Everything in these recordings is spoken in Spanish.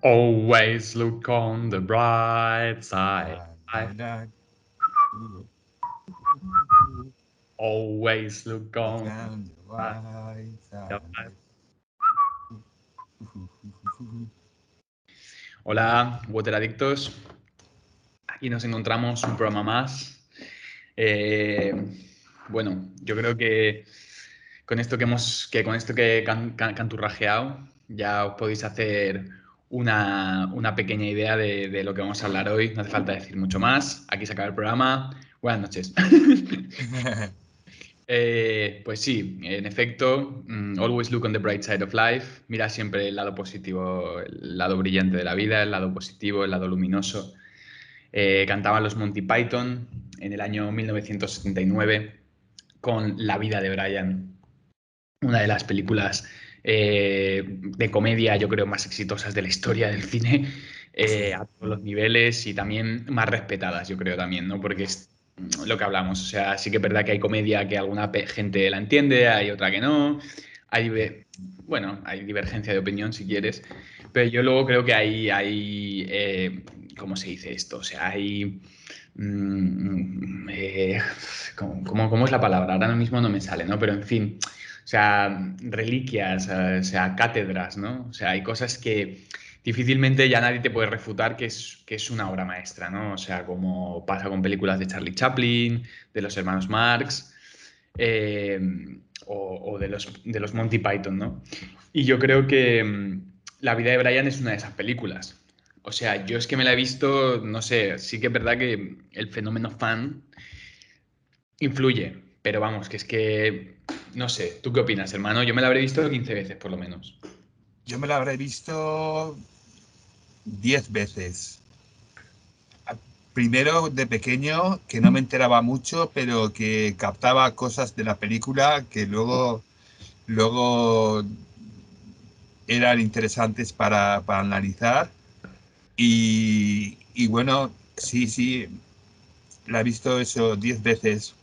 Always look on the bright side. Da, da, da. Always look Look on on the the right bright side. side. Hola, Water Adictos. Aquí nos encontramos un programa más. Eh, bueno, yo creo que con esto con esto que canturrajeado, ya os podéis hacer una pequeña idea de lo que vamos a hablar hoy. No hace falta decir mucho más. Aquí se acaba el programa. Buenas noches. Pues sí, en efecto, always look on the bright side of life. Mira siempre el lado positivo, el lado brillante de la vida, el lado positivo, el lado luminoso. Cantaban los Monty Python en el año 1979 con La vida de Brian, una de las películas de comedia, yo creo, más exitosas de la historia del cine, Sí, a todos los niveles y también más respetadas, yo creo también, ¿no? Porque es lo que hablamos, o sea, sí que es verdad que hay comedia que alguna gente la entiende, hay otra que no, hay, bueno, hay divergencia de opinión si quieres, pero yo luego creo que ¿cómo se dice esto? O sea, hay... ¿cómo es la palabra? Ahora mismo no me sale, ¿no? Pero en fin, o sea, reliquias, o sea, cátedras, ¿no? O sea, hay cosas que difícilmente ya nadie te puede refutar que es una obra maestra, ¿no? O sea, como pasa con películas de Charlie Chaplin, de los hermanos Marx, eh, o de los Monty Python, ¿no? Y yo creo que La vida de Brian es una de esas películas. O sea, yo es que me la he visto, no sé, sí que es verdad que el fenómeno fan influye, pero vamos, que es que, no sé, ¿tú qué opinas, hermano? Yo me la habré visto 15 veces, por lo menos. yo me la habré visto 10 veces. Primero de pequeño, que no me enteraba mucho, pero que captaba cosas de la película que luego eran interesantes para analizar. Y bueno, sí, sí, la he visto eso 10 veces.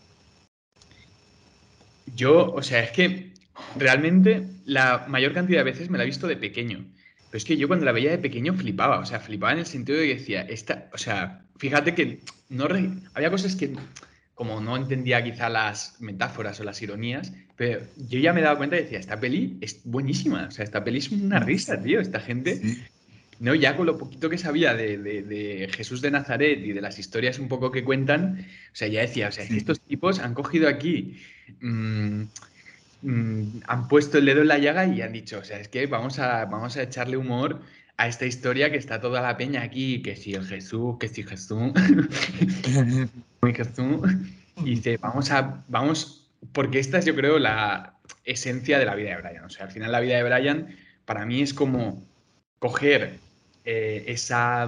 Yo, o sea, es que realmente la mayor cantidad de veces me la he visto de pequeño. Pero es que yo cuando la veía de pequeño flipaba, o sea, flipaba en el sentido de que decía, o sea, fíjate que había cosas que como no entendía quizá las metáforas o las ironías, pero yo ya me daba cuenta y decía, esta peli es buenísima, o sea, esta peli es una risa, tío, esta gente, Sí, no, ya con lo poquito que sabía de Jesús de Nazaret y de las historias un poco que cuentan, o sea, ya decía, o sea, es que sí. estos tipos han cogido aquí mm, han puesto el dedo en la llaga y han dicho, o sea, es que vamos a echarle humor a esta historia que está toda la peña aquí, que si el Jesús, que si Jesús, muy Jesús, y dice, porque esta es yo creo la esencia de la vida de Brian, o sea, al final la vida de Brian para mí es como coger esa...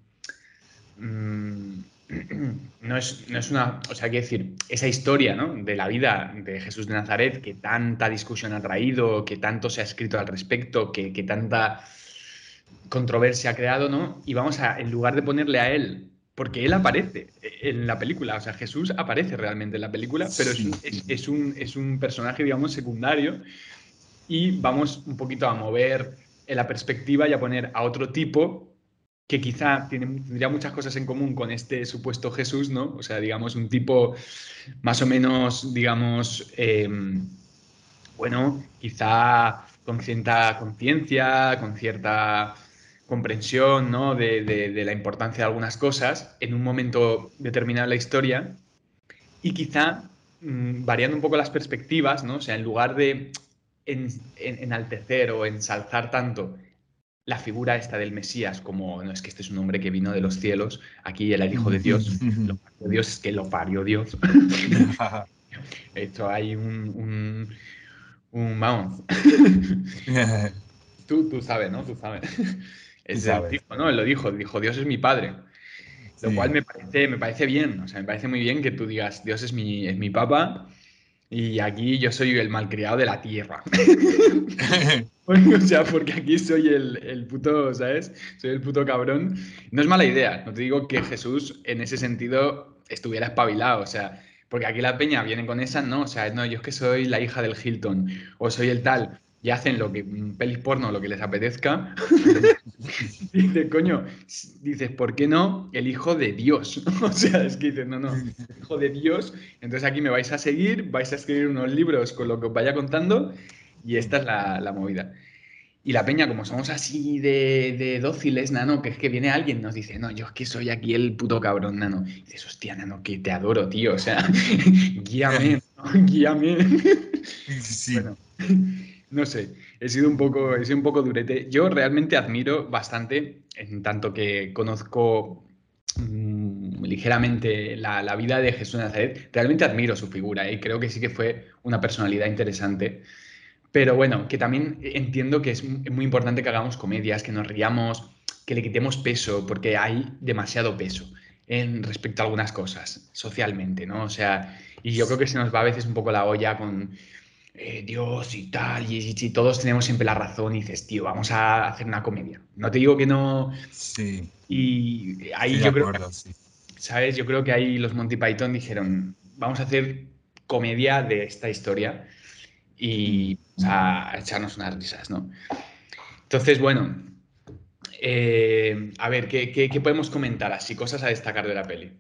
mm, no es una, o sea, quiero decir, esa historia, ¿no? De la vida de Jesús de Nazaret, que tanta discusión ha traído, que tanto se ha escrito al respecto, que tanta controversia ha creado, ¿no? Y en lugar de ponerle a él, porque él aparece en la película, o sea, Jesús aparece realmente en la película, pero es Sí, un, es, es un, es un personaje, digamos, secundario, y vamos un poquito a mover en la perspectiva y a poner a otro tipo que quizá tendría muchas cosas en común con este supuesto Jesús, ¿no? O sea, digamos, un tipo más o menos, digamos, bueno, quizá con cierta conciencia, con cierta comprensión, ¿no? De la importancia de algunas cosas en un momento determinado de la historia y quizá variando un poco las perspectivas, ¿no? O sea, en lugar de enaltecer o ensalzar tanto la figura esta del Mesías, como no es que este es un hombre que vino de los cielos, aquí era el Hijo de Dios, lo parió Dios, es que lo parió Dios. Esto hay vamos. Tú sabes, ¿no? Tú sabes. tú Él lo sabes. dijo, ¿no? Él lo dijo, Dios es mi padre. Lo cual Sí. me parece bien, o sea, me parece muy bien que tú digas, Dios es mi papá y aquí yo soy el malcriado de la tierra. O sea, porque aquí soy el puto, ¿sabes? Soy el puto cabrón. No es mala idea, no te digo que Jesús en ese sentido estuviera espabilado, o sea, porque aquí la peña viene con esa, no, o sea, no, yo es que soy la hija del Hilton, o soy el tal. y hacen lo que, pelis porno, lo que les apetezca. Dice, coño, dices, ¿por qué no el hijo de Dios? O sea, es que dices, no, no, hijo de Dios. Entonces aquí me vais a seguir, vais a escribir unos libros con lo que os vaya contando y esta es la movida. Y la peña, como somos así de dóciles, nano, que es que viene alguien y nos dice, no, yo es que soy aquí el puto cabrón, nano. Y dices, hostia, nano, que te adoro, tío. O sea, guíame, ¿no? Guíame. Sí, Bueno, no sé, he sido un poco durete. Yo realmente admiro bastante, en tanto que conozco ligeramente la vida de Jesús de Nazaret, realmente admiro su figura y creo que sí que fue una personalidad interesante. Pero bueno, que también entiendo que es muy importante que hagamos comedias, que nos riamos, que le quitemos peso, porque hay demasiado peso en respecto a algunas cosas socialmente, ¿no? O sea, y yo creo que se nos va a veces un poco la olla con Dios y tal, y todos tenemos siempre la razón y dices, tío, vamos a hacer una comedia. No te digo que no, sí, y ahí estoy de yo creo, acuerdo, sí. ¿sabes? Yo creo que ahí los Monty Python dijeron, vamos a hacer comedia de esta historia Mm. y a echarnos unas risas, ¿no? Entonces, bueno, a ver, ¿qué podemos comentar así? Cosas a destacar de la peli.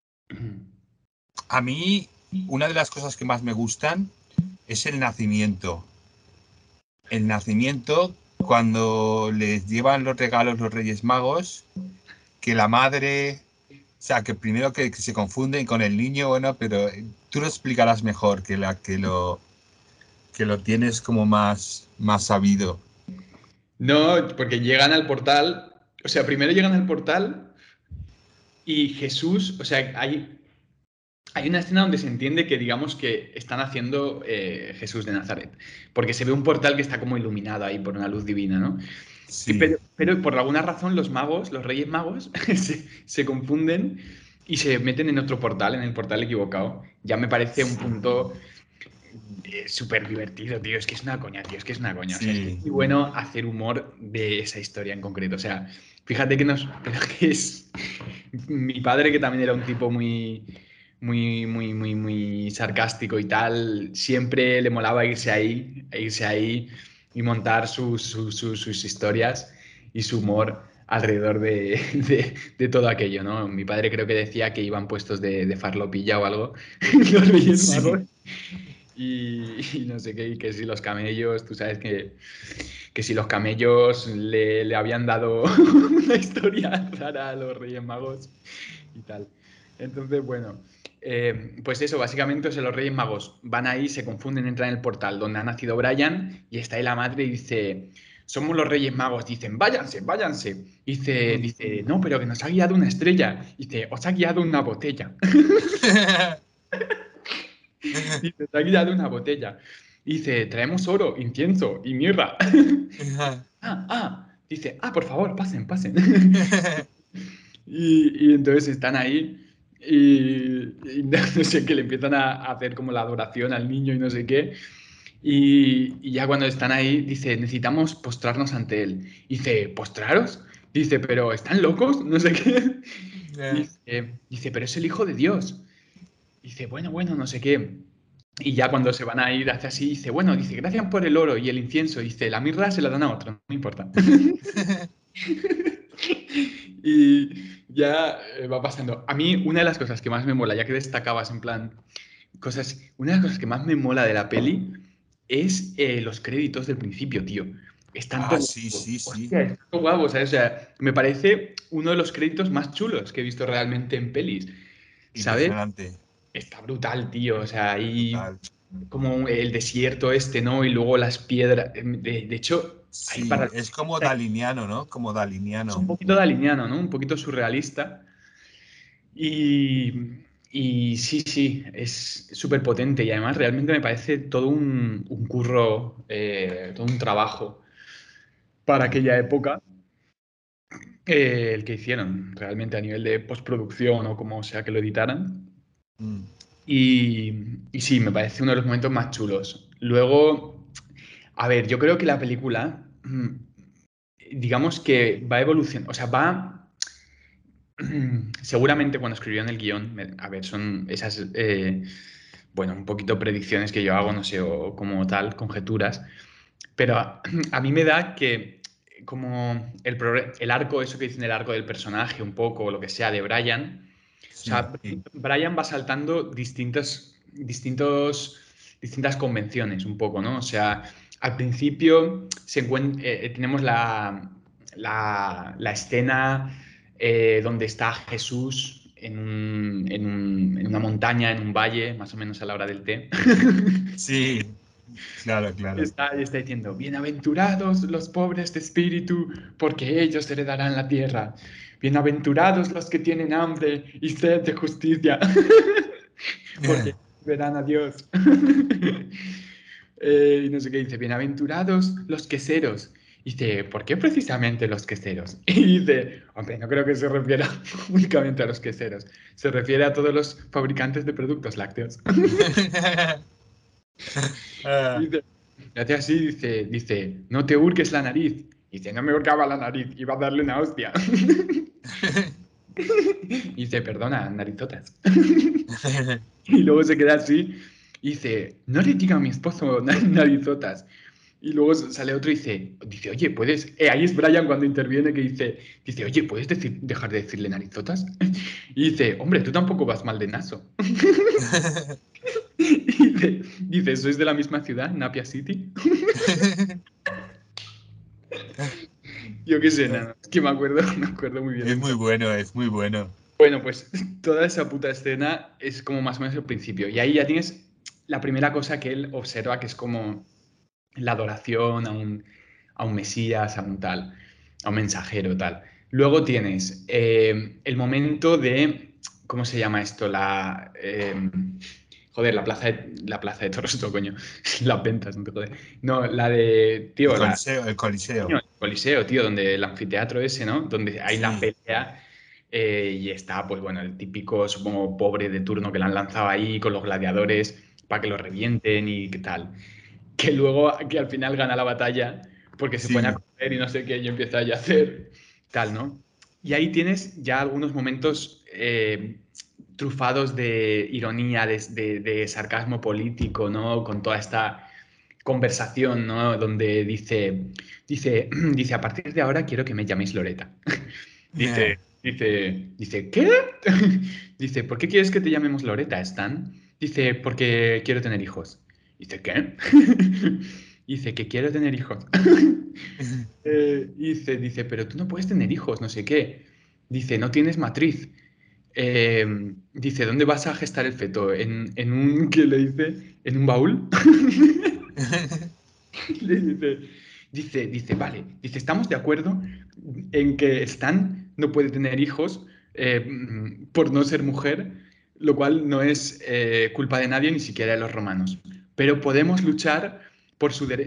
A mí, una de las cosas que más me gustan es el nacimiento. El nacimiento, cuando les llevan los regalos los Reyes Magos, que la madre, o sea, que primero que se confunden con el niño, bueno, pero tú lo explicarás mejor que lo tienes como más sabido. No, porque llegan al portal, o sea, primero llegan al portal y Jesús, o sea, hay una escena donde se entiende que digamos que están haciendo Jesús de Nazaret, porque se ve un portal que está como iluminado ahí por una luz divina, ¿no? Sí, Pero por alguna razón los magos, los reyes magos, se confunden y se meten en otro portal, en el portal equivocado. Ya me parece un sí, punto súper divertido, tío. Es que es una coña, tío. Es que es una coña. O sea, es que es sí, muy bueno hacer humor de esa historia en concreto. O sea, fíjate que nos. Pero que es. Mi padre, que también era un tipo muy. Muy, muy, muy, muy sarcástico y tal. Siempre le molaba irse ahí y montar sus historias y su humor alrededor de todo aquello, ¿no? Mi padre creo que decía que iban puestos de farlopilla o algo, los Reyes Magos, sí, y no sé qué, y que si los camellos, tú sabes que si los camellos le habían dado una historia rara a los Reyes Magos y tal. Entonces, bueno, pues eso, básicamente, o sea, los Reyes Magos van ahí, se confunden, entran en el portal donde ha nacido Brian y está ahí la madre y dice, somos los Reyes Magos, dicen, váyanse, váyanse. Dice, no, pero que nos ha guiado una estrella. Dice, os ha guiado una botella. Dice, nos ha guiado una botella. Dice, traemos oro, incienso y mirra. Dice, por favor, pasen, pasen. Y entonces están ahí y no sé, que le empiezan a hacer como la adoración al niño y no sé qué. Y ya cuando están ahí, dice, necesitamos postrarnos ante él. Dice, ¿postraros? Dice, pero ¿están locos? No sé qué. Dice, pero es el Hijo de Dios. Dice, bueno, bueno, no sé qué. Y ya cuando se van a ir hace así, dice, bueno, dice, gracias por el oro y el incienso. Dice, la mirra se la dan a otro, no me importa. Y ya va pasando. A mí, una de las cosas que más me mola, ya que destacabas en plan una de las cosas que más me mola de la peli es los créditos del principio, tío. Están Ah, todos sí, guapos. sí, sí, Hostia, están todos guapos, ¿sabes? O sea, me parece uno de los créditos más chulos que he visto realmente en pelis, ¿sabes? impresionante, Está brutal, tío. O sea, ahí brutal. como el desierto este, ¿no? Y luego las piedras. De hecho, hay Sí, para... es como daliniano, ¿no? Como Es un daliniano. poquito daliniano, ¿no? Un poquito surrealista. Y sí, sí, es súper potente y además realmente me parece todo un curro, todo un trabajo para aquella época el que hicieron realmente a nivel de postproducción o como sea que lo editaran. Mm. Y sí, me parece uno de los momentos más chulos. Luego, a ver, yo creo que la película, digamos que va a evolucionar, o sea, va... Seguramente cuando escribieron el guión, a ver, son esas, bueno, un poquito predicciones que yo hago, no sé, o como tal, conjeturas. Pero a mí me da que como el arco, eso que dicen el arco del personaje, un poco, o lo que sea, de Brian, o Sí, sea, Brian va saltando distintas convenciones, un poco, ¿no? O sea, al principio tenemos la escena donde está Jesús en una montaña, en un valle, más o menos a la hora del té. sí, claro, claro. Está diciendo, bienaventurados los pobres de espíritu, porque ellos heredarán la tierra. Bienaventurados los que tienen hambre y sed de justicia, porque verán a Dios. Y no sé qué dice, bienaventurados los queseros. Dice, ¿por qué precisamente los queseros? Y dice, hombre, no creo que se refiera únicamente a los queseros, se refiere a todos los fabricantes de productos lácteos. Ah, Dice, y hace así, no te hurgues la nariz. Dice, no me hurgaba la nariz, iba a darle una hostia. Dice, perdona, narizotas. Y luego se queda así y dice, no le diga a mi esposo narizotas. Y luego sale otro y dice, oye, puedes. Ahí es Brian cuando interviene que dice, oye, ¿puedes dejar de decirle narizotas? Y dice, hombre, tú tampoco vas mal de naso. Y dice, ¿sois de la misma ciudad, Napia City? Yo qué sé, nada, es que me acuerdo muy bien Es del muy personaje. bueno, es muy bueno. Bueno, pues toda esa puta escena es como más o menos el principio. Y ahí ya tienes la primera cosa que él observa, que es como la adoración a un Mesías, a un tal, a un mensajero, tal. Luego tienes el momento de, ¿cómo se llama esto? Joder, la plaza de toros, no, coño. Las ventas, no te joder. No, la de, El tío, Coliseo, el Coliseo. coño, el Coliseo, tío, donde el anfiteatro ese, ¿no? Donde hay la Sí, pelea y está, pues bueno, el típico, supongo, pobre de turno que le han lanzado ahí con los gladiadores para que lo revienten y qué tal. Que luego, que al final gana la batalla porque se pone a sí, correr y no sé qué, y empieza ya a hacer tal, ¿no? Y ahí tienes ya algunos momentos trufados de ironía, de sarcasmo político, ¿no? Con toda esta conversación, ¿no? Donde dice, a partir de ahora quiero que me llaméis Loreta. Dice, ¿qué? Dice, ¿por qué quieres que te llamemos Loreta, Stan? Dice, porque quiero tener hijos. Dice, ¿qué? Dice, que quiero tener hijos. Dice, pero tú no puedes tener hijos, no sé qué. Dice, no tienes matriz. Dice, ¿dónde vas a gestar el feto? ¿En un, qué le dice? ¿En un baúl? Le dice, vale, dice, estamos de acuerdo en que Stan no puede tener hijos por no ser mujer, lo cual no es culpa de nadie, ni siquiera de los romanos. Pero podemos luchar por su derecho,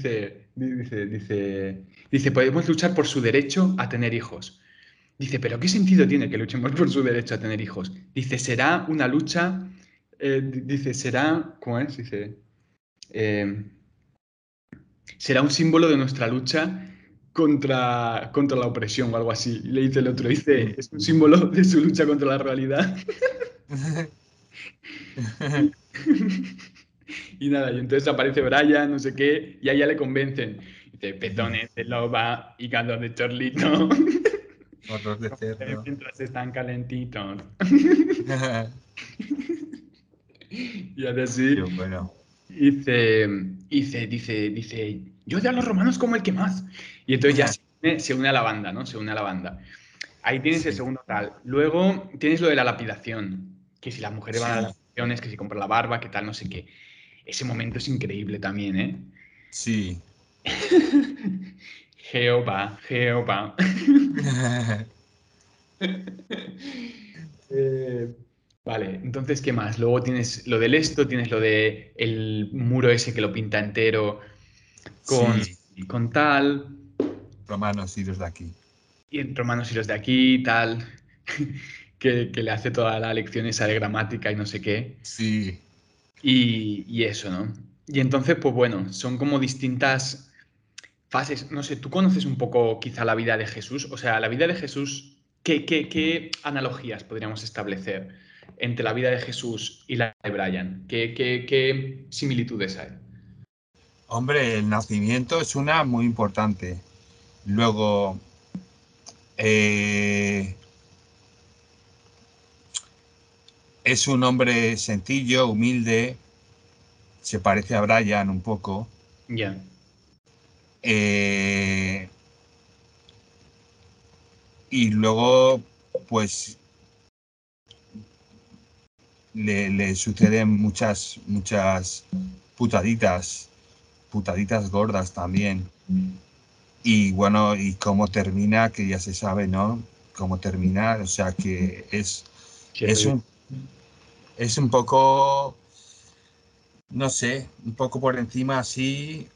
dice, podemos luchar por su derecho a tener hijos. Dice, pero ¿qué sentido tiene que luchemos por su derecho a tener hijos? Dice, será una lucha, dice, será, ¿cómo es? Dice, eh, será un símbolo de nuestra lucha contra la opresión o algo así. Y le dice el otro, dice, es un símbolo de su lucha contra la realidad. Y nada, y entonces aparece Brian, no sé qué, y a ella le convencen. Dice, petones de loba y caldo de chorlito, Horror de cerdo. mientras están calentitos. Y hace Qué así, bueno. dice, dice, yo odio a los romanos como el que más. Y entonces ya se une a la banda, ¿no? Se une a la banda. Ahí tienes el Sí, segundo tal. Luego tienes lo de la lapidación, que si las mujeres van a las sí, lapidaciones, que si compran la barba, que tal, no sé qué. Ese momento es increíble también, ¿eh? sí. Jehová, Jehová. Eh, vale, entonces, ¿qué más? Luego tienes lo del esto, tienes lo de el muro ese que lo pinta entero con, Sí, con tal, romanos y los de aquí. y en romanos y los de aquí, tal, que le hace toda la lección esa de gramática y no sé qué. Sí, Y eso, ¿no? Y entonces, pues bueno, son como distintas fases. No sé, ¿tú conoces un poco quizá la vida de Jesús? O sea, la vida de Jesús, ¿qué analogías podríamos establecer entre la vida de Jesús y la de Brian? ¿Qué similitudes hay? Hombre, el nacimiento es una muy importante. Luego, es un hombre sencillo, humilde, se parece a Brian un poco. Ya. Eh, y luego, pues, le suceden muchas putaditas gordas también. Y bueno, y cómo termina, que ya se sabe, ¿no? Cómo termina, o sea que Sí, es un, es un poco, no sé, un poco por encima así.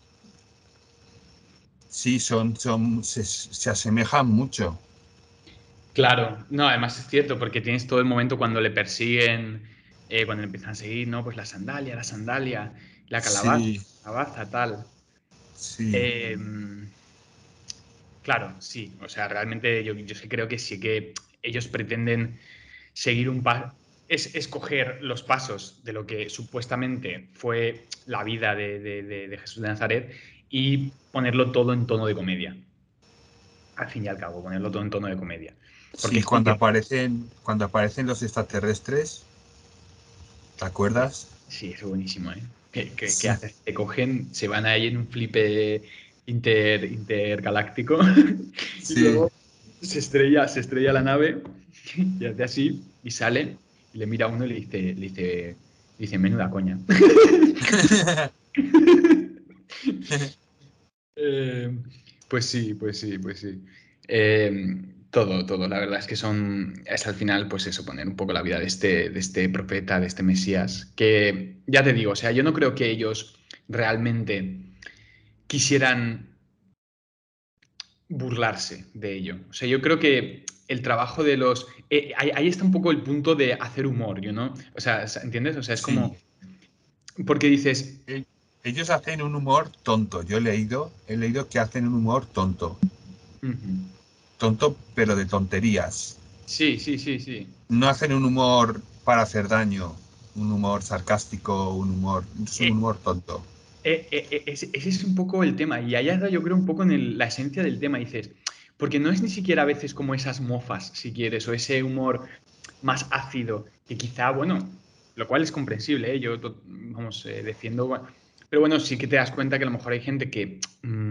Sí, se asemejan mucho. claro, no, además es cierto, porque tienes todo el momento cuando le persiguen, cuando le empiezan a seguir, ¿no? Pues la sandalia, Sí, calabaza, tal. sí, Eh, claro, sí, o sea, realmente yo sí creo que sí que ellos pretenden seguir un paso, es escoger los pasos de lo que supuestamente fue la vida de Jesús de Nazaret y ponerlo todo en tono de comedia. Al fin y al cabo, ponerlo todo en tono de comedia. Porque sí, es que cuando aparecen los extraterrestres, ¿te acuerdas? sí, es buenísimo, ¿eh? ¿Qué Sí, haces? Te cogen, se van ahí en un flipe intergaláctico y sí. luego se estrella la nave y hace así y sale y le mira a uno y le dice, menuda coña. Eh, pues sí, pues sí, pues sí. Todo. La verdad es que es al final, pues eso, poner un poco la vida de este profeta, de este Mesías, que ya te digo, o sea, yo no creo que ellos realmente quisieran burlarse de ello. O sea, yo creo que el trabajo de los... ahí está un poco el punto de hacer humor, ¿no? O sea, ¿entiendes? O sea, es Sí. como... Porque dices... E- Ellos hacen un humor tonto. Yo he leído que hacen un humor tonto. "Ujú". Tonto, pero de tonterías. Sí, sí, sí, sí. No hacen un humor para hacer daño. Un humor sarcástico, es un Eh, humor tonto. ese es un poco el tema, y allá yo creo un poco en la esencia del tema, dices, porque no es ni siquiera a veces como esas mofas, si quieres, o ese humor más ácido, que quizá, bueno, lo cual es comprensible, ¿eh? Yo, vamos, defiendo, bueno, pero bueno, sí que te das cuenta que a lo mejor hay gente que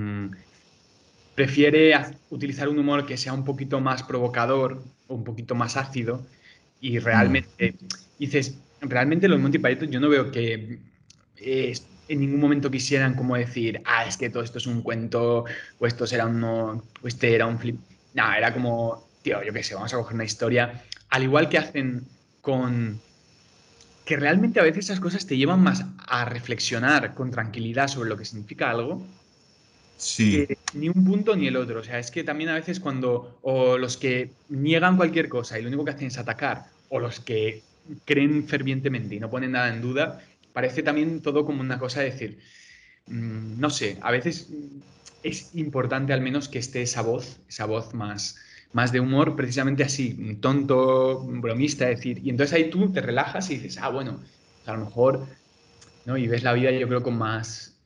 prefiere utilizar un humor que sea un poquito más provocador o un poquito más ácido y Mm. realmente dices, realmente los Monty Python yo no veo que en ningún momento quisieran como decir, es que todo esto es un cuento o esto será o este era un flip. No, era como, tío, yo qué sé, vamos a coger una historia, al igual que hacen con... que realmente a veces esas cosas te llevan más a reflexionar con tranquilidad sobre lo que significa algo Sí, que ni un punto ni el otro. O sea, es que también a veces cuando o los que niegan cualquier cosa y lo único que hacen es atacar, o los que creen fervientemente y no ponen nada en duda, parece también todo como una cosa de decir, no sé, a veces es importante al menos que esté esa voz más de humor, precisamente así, tonto, bromista, es decir, y entonces ahí tú te relajas y dices, bueno, a lo mejor, ¿no? Y ves la vida yo creo con más...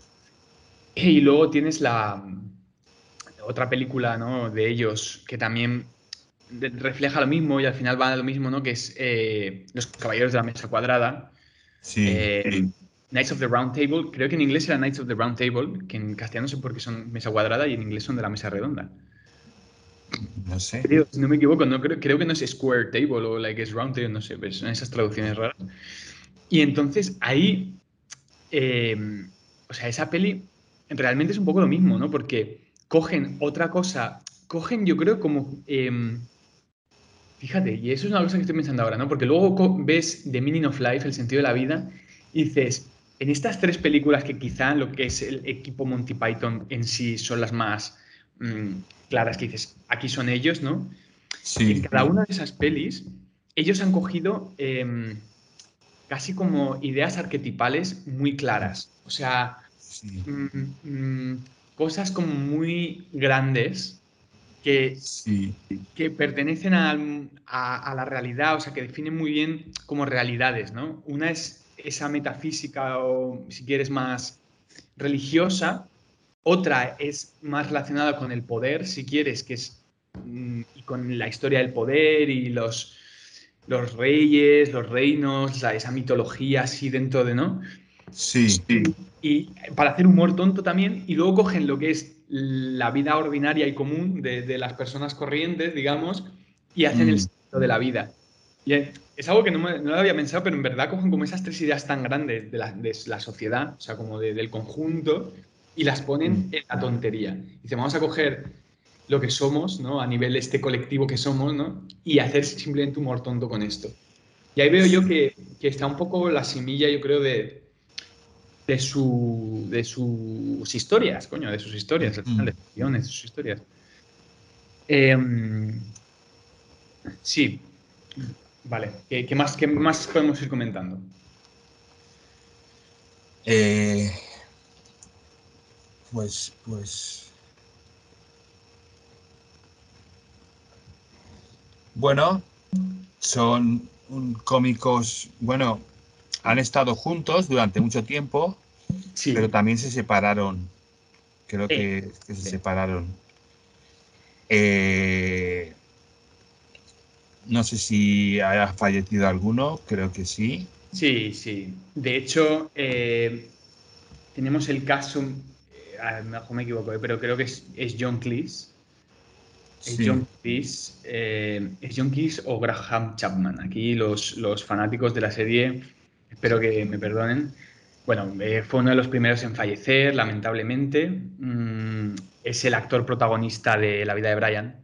y luego tienes la otra película, ¿no? De ellos que también refleja lo mismo y al final va a lo mismo, ¿no? Que es Los Caballeros de la Mesa Cuadrada. sí, eh, Knights of the Round Table. Creo que en inglés era Knights of the Round Table, que en castellano no sé por qué son mesa cuadrada y en inglés son de la mesa redonda. no sé. Creo, si no me equivoco, no, creo que no es Square Table o like es Round Table, no sé, pues son esas traducciones raras. Y entonces ahí eh, o sea, esa peli realmente es un poco lo mismo, ¿no? Porque cogen otra cosa, cogen yo creo como, fíjate, y eso es una cosa que estoy pensando ahora, ¿no? Porque luego ves The Meaning of Life, el sentido de la vida, y dices, en estas tres películas que quizá lo que es el equipo Monty Python en sí son las más claras, que dices, aquí son ellos, ¿no? En Sí, cada una de esas pelis, ellos han cogido casi como ideas arquetipales muy claras. O sea, sí, cosas como muy grandes que, sí, que pertenecen a la realidad, o sea, que definen muy bien como realidades, ¿no? Una es esa metafísica o, si quieres, más religiosa, otra es más relacionada con el poder, si quieres, que es y con la historia del poder y los reyes, los reinos, esa mitología así dentro de, ¿no? Sí. Y para hacer humor tonto también, y luego cogen lo que es la vida ordinaria y común de las personas corrientes, digamos, y hacen el Mm, sentido de la vida. Y es algo que no lo había pensado, pero en verdad cogen como esas tres ideas tan grandes de la sociedad, o sea, como del conjunto, y las ponen mm, en la tontería. Dicen, vamos a coger lo que somos, ¿no? A nivel este colectivo que somos, ¿no? Y hacer simplemente humor tonto con esto. Y ahí veo yo sí. que está un poco la semilla, yo creo, de sus historias, coño, de sus historias, al final, Mm. de sus guiones, de sus historias. Eh, sí, vale. Qué más podemos ir comentando? Eh, pues, bueno, son cómicos, bueno, han estado juntos durante mucho tiempo, pero Sí, también se separaron. Creo eh, que se sí, separaron. Eh, no sé si haya fallecido alguno, creo que sí. sí, sí. De hecho, tenemos el caso, a lo mejor me equivoco, pero creo que es John Cleese. Sí, Es John Cleese o Graham Chapman. Aquí los fanáticos de la serie, espero que me perdonen. Bueno, fue uno de los primeros en fallecer, lamentablemente. Es el actor protagonista de La vida de Brian,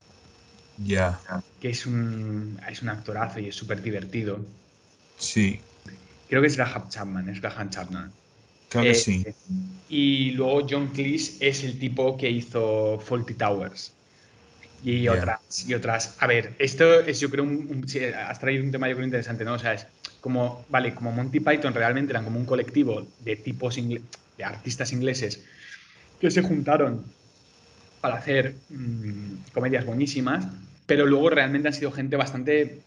ya, que es un actorazo y es súper divertido. sí, Creo que es Graham Chapman. creo que Eh, sí. y luego John Cleese es el tipo que hizo Fawlty Towers. Y Ya, otras. A ver, esto es, yo creo, sí, has traído un tema, yo creo, interesante, ¿no? O sea, es como, vale, como Monty Python realmente eran como un colectivo de de artistas ingleses que se juntaron para hacer comedias buenísimas, pero luego realmente han sido gente bastante,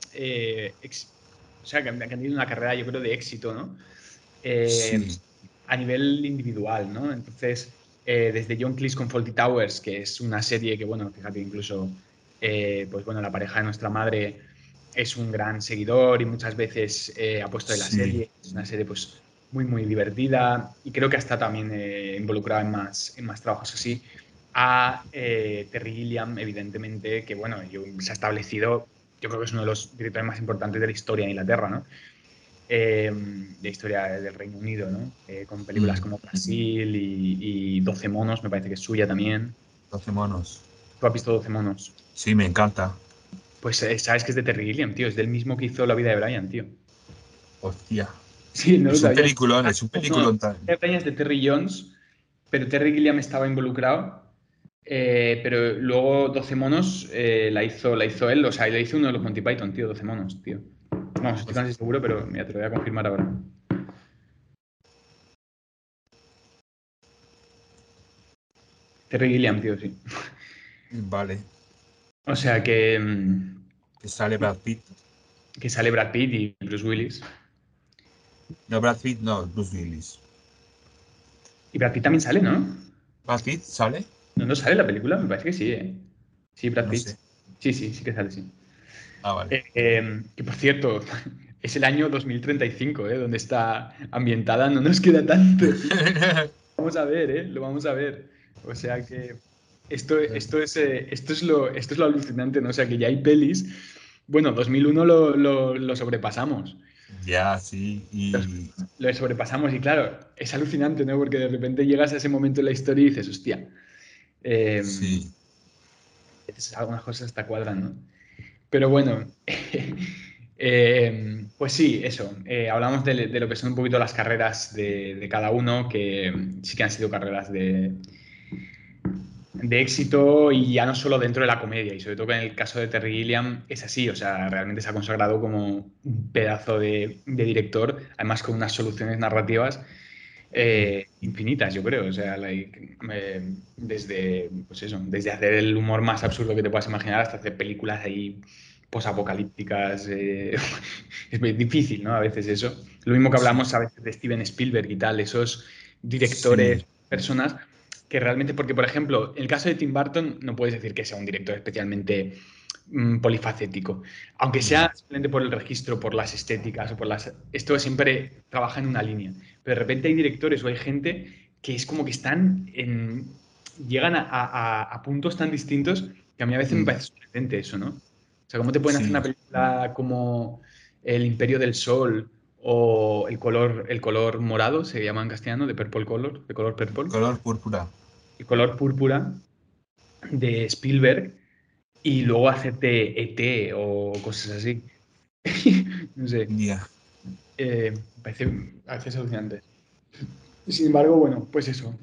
o sea, que han tenido una carrera, yo creo, de éxito, ¿no? Eh, sí, a nivel individual, ¿no? Entonces, desde John Cleese con Fawlty Towers, que es una serie que, bueno, fíjate, incluso, pues bueno, la pareja de nuestra madre es un gran seguidor y muchas veces ha puesto de la sí, serie. Es una serie, pues, muy, muy divertida y creo que está también involucrada en más trabajos así. A Terry Gilliam, evidentemente, que, bueno, se ha establecido, yo creo que es uno de los directores más importantes de la historia de Inglaterra, ¿no? De historia del Reino Unido, ¿no? Con películas mm, como Brasil y 12 monos, me parece que es suya también. 12 monos. ¿Tú has visto 12 monos? Sí, me encanta. Pues sabes que es de Terry Gilliam, tío. Es del mismo que hizo La vida de Brian, tío. Hostia. Sí, no lo Es un sabías. peliculón, es un No, La peliculón. vida de Brian es de Terry Jones, pero Terry Gilliam estaba involucrado. Pero luego 12 monos la hizo él, o sea, la hizo uno de los Monty Python, tío, 12 monos, tío. Vamos, estoy casi seguro, pero mira, te lo voy a confirmar ahora. Terry Gilliam, tío, sí. Vale. O sea que, Que sale Brad Pitt. que sale Brad Pitt y Bruce Willis. No, Brad Pitt, no, Bruce Willis. Y Brad Pitt también sale, ¿no? ¿Brad Pitt sale? ¿No sale en la película? Me parece que sí, ¿eh? Sí, Brad No Pitt. sé. Sí, sí, sí que sale, sí. Ah, vale. Que por cierto, es el año 2035, ¿eh? Donde está ambientada, no nos queda tanto. Vamos a ver, ¿eh? Lo vamos a ver. O sea que esto es lo alucinante, ¿no? O sea que ya hay pelis. Bueno, 2001 lo sobrepasamos. Ya, sí. Lo sobrepasamos y claro, es alucinante, ¿no? Porque de repente llegas a ese momento en la historia y dices, hostia, eh, Sí. algunas cosas hasta cuadran, ¿no? Pero bueno, pues sí, eso. Hablamos de lo que son un poquito las carreras de cada uno, que sí que han sido carreras de éxito y ya no solo dentro de la comedia, y sobre todo que en el caso de Terry Gilliam es así, o sea, realmente se ha consagrado como un pedazo de director, además con unas soluciones narrativas Mm. infinitas, yo creo, o sea, desde, pues eso, desde hacer el humor más absurdo que te puedas imaginar hasta hacer películas ahí posapocalípticas, es muy difícil, ¿no? A veces eso. Lo mismo que Sí. hablamos a veces de Steven Spielberg y tal, esos directores, Sí, personas que realmente, porque por ejemplo, en el caso de Tim Burton no puedes decir que sea un director especialmente polifacético, aunque no, sea simplemente por el registro, por las estéticas o por las... Esto siempre trabaja en una línea, pero de repente hay directores o hay gente que es como que están en... llegan a puntos tan distintos que a mí a veces me mm, parece sorprendente eso, ¿no? O sea, ¿cómo te pueden hacer una sí, película como El Imperio del Sol o el color morado, se llama en castellano, de purple color, de color purple, color púrpura. el color púrpura de Spielberg y luego hacerte ET o cosas así? No sé, Ya. me parece a veces alucinante. Sin embargo, bueno, pues eso,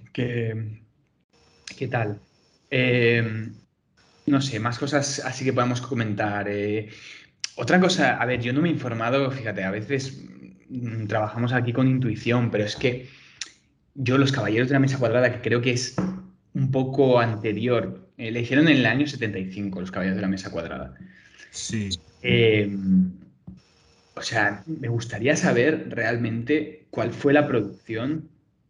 ¿qué tal? Eh, no sé, más cosas así que podemos comentar. Otra cosa, a ver, yo no me he informado, fíjate, a veces trabajamos aquí con intuición, pero es que yo Los Caballeros de la Mesa Cuadrada, que creo que es un poco anterior, le hicieron en el año 75, Los Caballeros de la Mesa Cuadrada. Sí, Eh, o sea, me gustaría saber realmente cuál fue la producción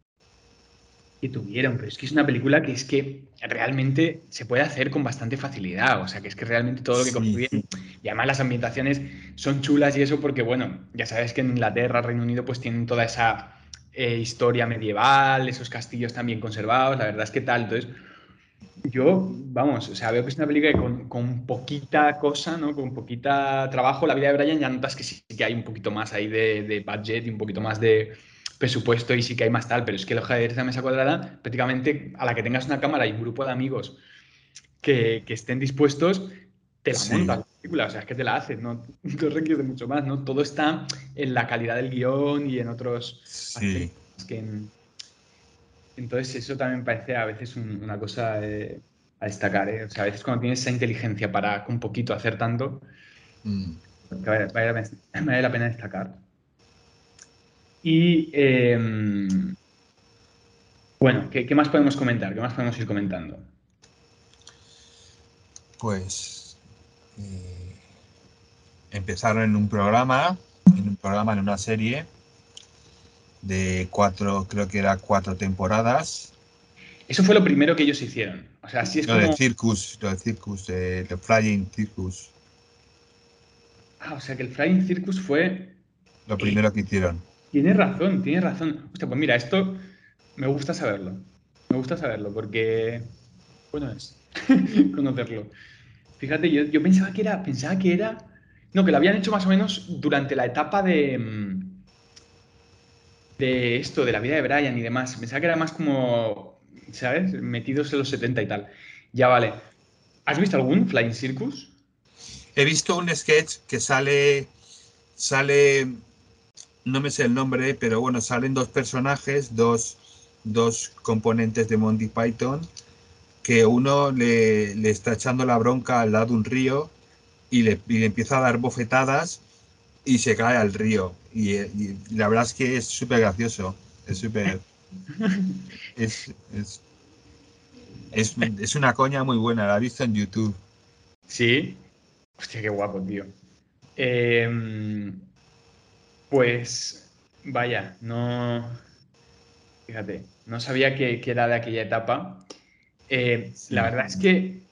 que tuvieron, pero es que es una película que es que realmente se puede hacer con bastante facilidad, o sea, que es que realmente todo lo que sí, construyen, y además las ambientaciones son chulas y eso porque, bueno, ya sabes que en Inglaterra, Reino Unido, pues tienen toda esa historia medieval, esos castillos también conservados, la verdad es que tal, entonces yo, vamos, o sea, veo que es una película que con poquita cosa, ¿no? Con poquita trabajo, la vida de Brian ya notas que sí que hay un poquito más ahí de budget y un poquito más de presupuesto y sí que hay más tal, pero es que el hoja de la mesa cuadrada, prácticamente a la que tengas una cámara y un grupo de amigos que estén dispuestos, te la sí, montas la película, o sea, es que te la haces, no, no requiere de mucho más, ¿no? Todo está en la calidad del guión y en otros sí. aspectos que entonces, eso también me parece a veces una cosa a destacar, ¿eh? O sea, a veces cuando tienes esa inteligencia para con poquito hacer tanto, Mm. que vale la pena destacar. Y bueno, ¿qué más podemos comentar? ¿Qué más podemos ir comentando? Pues empezaron en una serie de cuatro, creo que era 4 temporadas. Eso fue lo primero que ellos hicieron. O sea, así es como. Lo de Circus, The Flying Circus, Ah, o sea, que el Flying Circus fue. lo eh, primero que hicieron. tienes razón, tienes razón. Hostia, pues mira, esto me gusta saberlo. Me gusta saberlo porque. Bueno, es conocerlo. Fíjate, yo pensaba que era. No, que lo habían hecho más o menos durante la etapa de esto, de la vida de Brian y demás. Pensaba que era más como, ¿sabes? Metidos en los 70 y tal. Ya vale. ¿Has visto algún Flying Circus? He visto un sketch que sale, no me sé el nombre, pero bueno, salen dos personajes, dos componentes de Monty Python, que uno le está echando la bronca al lado de un río y le empieza a dar bofetadas y se cae al río. Y la verdad es que es súper gracioso. Es súper. Es, es, es una coña muy buena, la he visto en YouTube. Sí. Hostia, qué guapo, tío. Em, pues, vaya, no. Fíjate, no sabía que era de aquella etapa. La Sí, verdad es que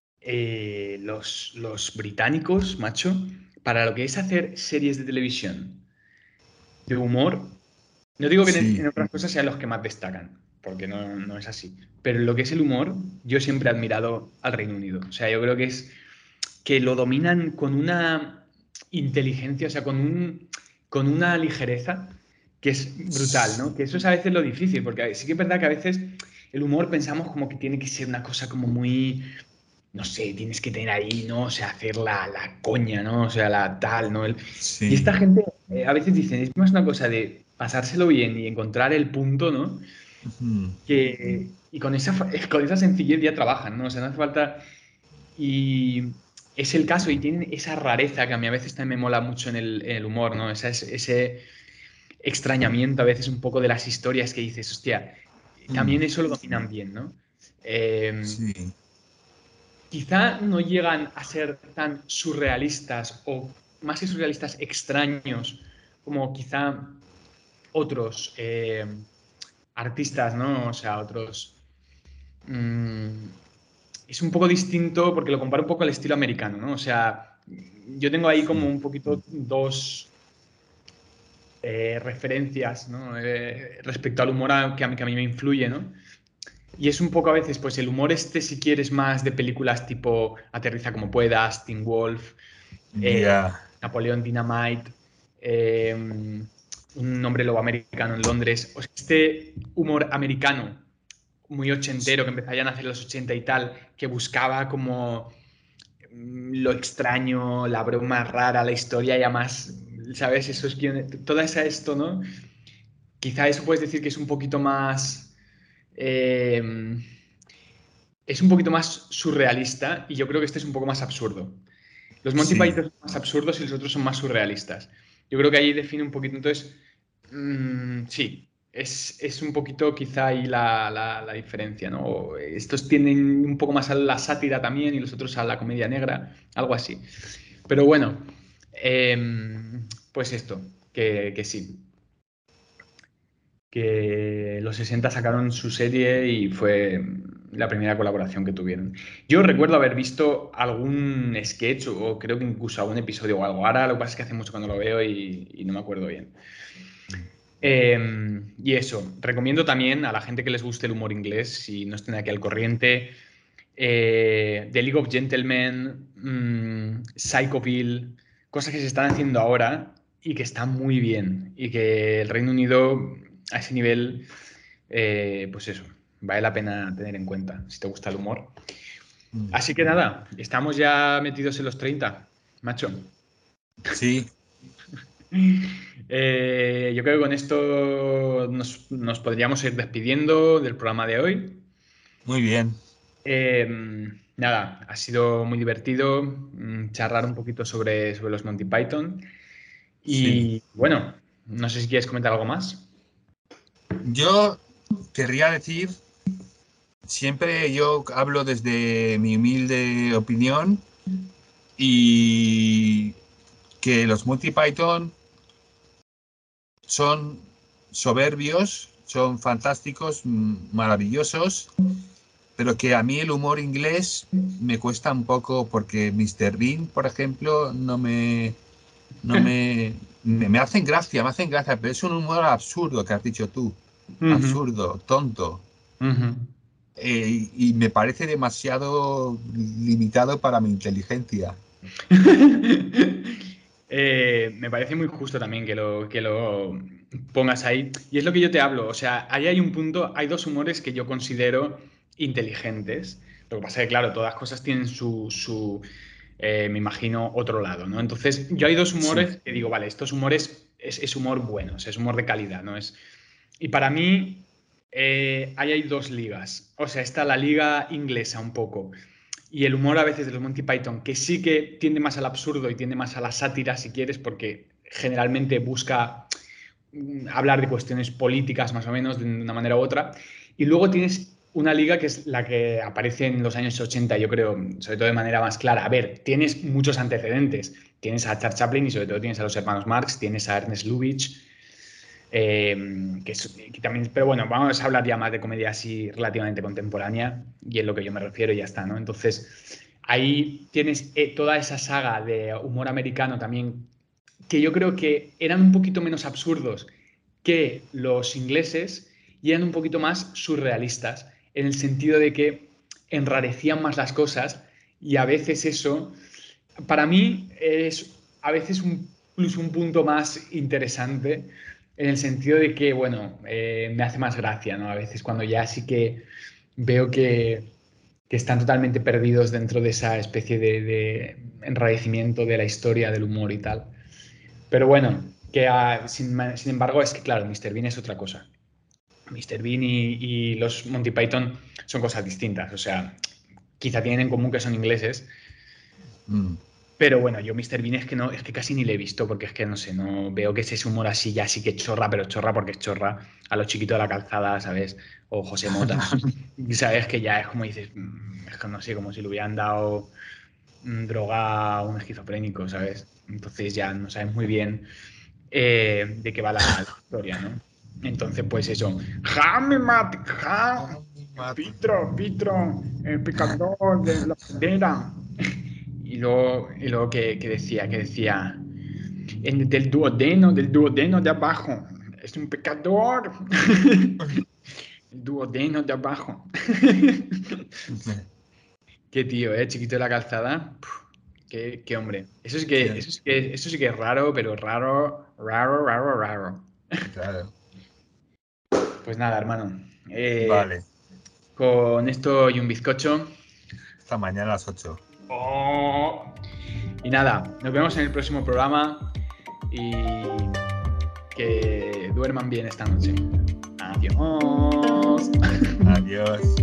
los británicos, macho, para lo que es hacer series de televisión de humor, no digo que sí. en otras cosas sean los que más destacan, porque no es así, pero en lo que es el humor, yo siempre he admirado al Reino Unido. O sea, yo creo que es que lo dominan con una inteligencia, o sea, con una ligereza que es brutal, ¿no? Que eso es a veces lo difícil, porque sí que es verdad que a veces el humor pensamos como que tiene que ser una cosa como muy, no sé, tienes que tener ahí, ¿no? O sea, hacer la coña, ¿no? O sea, la tal, ¿no? Y Sí. esta gente a veces dicen, es más una cosa de pasárselo bien y encontrar el punto, ¿no? Mm, Y con con esa sencillez ya trabajan, ¿no? O sea, no hace falta... Y es el caso, y tienen esa rareza que a mí a veces también me mola mucho en el humor, ¿no? Ese extrañamiento a veces un poco de las historias que dices, hostia, mm, también eso lo dominan bien, ¿no? Eh, sí. quizá no llegan a ser tan surrealistas o más que surrealistas extraños como quizá otros. artistas, ¿no? O sea, otros... mm, es un poco distinto porque lo comparo un poco al estilo americano, ¿no? O sea, yo tengo ahí como Sí, un poquito dos referencias, ¿no? Respecto al humor que a mí me influye, ¿no? Y es un poco a veces, pues el humor este, si quieres, más de películas tipo Aterriza como puedas, Teen Wolf, eh, ya, Napoleón Dynamite, Un hombre lobo americano en Londres. O sea, este humor americano muy ochentero que empezarían a hacer en los 80 y tal, que buscaba como lo extraño, la broma rara, la historia ya más, ¿sabes? Eso es toda esa esto, ¿no? Quizá eso puedes decir que es un poquito más... eh, es un poquito más surrealista y yo creo que este es un poco más absurdo. Los Monty sí, Python son más absurdos y los otros son más surrealistas. Yo creo que ahí define un poquito. Entonces, sí, es un poquito quizá ahí la diferencia, ¿no? Estos tienden un poco más a la sátira también y los otros a la comedia negra, algo así. Pero bueno, pues esto, que sí, que los 60 sacaron su serie y fue la primera colaboración que tuvieron. Yo recuerdo haber visto algún sketch o creo que incluso algún episodio o algo. Ahora lo que pasa es que hace mucho cuando lo veo y no me acuerdo bien. Y eso, recomiendo también a la gente que les guste el humor inglés, si no estén aquí al corriente, The League of Gentlemen, Psychoville, cosas que se están haciendo ahora y que están muy bien. Y que el Reino Unido a ese nivel, pues eso, vale la pena tener en cuenta si te gusta el humor. mm, Así que nada, estamos ya metidos en los 30 macho. sí, Yo creo que con esto nos podríamos ir despidiendo del programa de hoy. muy bien. Eh, Nada, ha sido muy divertido charlar un poquito sobre los Monty Python. Sí. Y bueno, no sé si quieres comentar algo más. Yo querría decir, siempre yo hablo desde mi humilde opinión y que los Monty Python son soberbios, son fantásticos, maravillosos, pero que a mí el humor inglés me cuesta un poco porque Mr. Bean, por ejemplo, no me me hacen gracia, pero es un humor absurdo que has dicho tú, Ujú, absurdo, tonto, ujú. y me parece demasiado limitado para mi inteligencia. Me parece muy justo también que lo pongas ahí. Y es lo que yo te hablo. O sea, ahí hay un punto, hay dos humores que yo considero inteligentes. Lo que pasa es que, claro, todas las cosas tienen me imagino, otro lado, ¿no? Entonces, yo hay dos Sí, humores que digo, vale, estos humores es humor bueno, o sea, es humor de calidad, ¿no? Y para mí, ahí hay dos ligas. O sea, está la liga inglesa un poco y el humor a veces de los Monty Python, que sí que tiende más al absurdo y tiende más a la sátira, si quieres, porque generalmente busca hablar de cuestiones políticas más o menos de una manera u otra. Y luego tienes una liga que es la que aparece en los años 80, yo creo, sobre todo de manera más clara. A ver, tienes muchos antecedentes. Tienes a Charles Chaplin y sobre todo tienes a los hermanos Marx, tienes a Ernest Lubitsch, que también, pero bueno, vamos a hablar ya más de comedia así relativamente contemporánea y es lo que yo me refiero y ya está, ¿no? Entonces, ahí tienes toda esa saga de humor americano también, que yo creo que eran un poquito menos absurdos que los ingleses y eran un poquito más surrealistas, en el sentido de que enrarecían más las cosas y a veces eso, para mí, es a veces incluso un punto más interesante en el sentido de que, bueno, me hace más gracia, ¿no? A veces cuando ya sí que veo que están totalmente perdidos dentro de esa especie de enrarecimiento de la historia, del humor y tal. Pero bueno, sin embargo es que, claro, Mr. Bean es otra cosa. Mr. Bean y los Monty Python son cosas distintas. O sea, quizá tienen en común que son ingleses, mm, pero bueno, yo Mr. Bean es que no, es que casi ni le he visto porque es que no sé, no veo que ese humor así ya sí que chorra, pero chorra porque es chorra a los chiquitos de la calzada, ¿sabes? O José Mota, y sabes que ya es como dices, es que no sé, como si le hubieran dado droga a un esquizofrénico, ¿sabes? Entonces ya no sabes muy bien de qué va la historia, ¿no? Entonces, pues eso. Jaime Mat, Mate. Pitro, el pecador de la bandera. Y luego que decía, del duodeno de abajo. Es un pecador. El duodeno de abajo. Qué tío, chiquito de la calzada. Puf, qué hombre. Eso sí que es raro, pero raro. Claro. Pues nada, hermano. Vale. Con esto y un bizcocho. Hasta mañana a las 8. Oh. Y nada, nos vemos en el próximo programa y que duerman bien esta noche. Adiós. Adiós.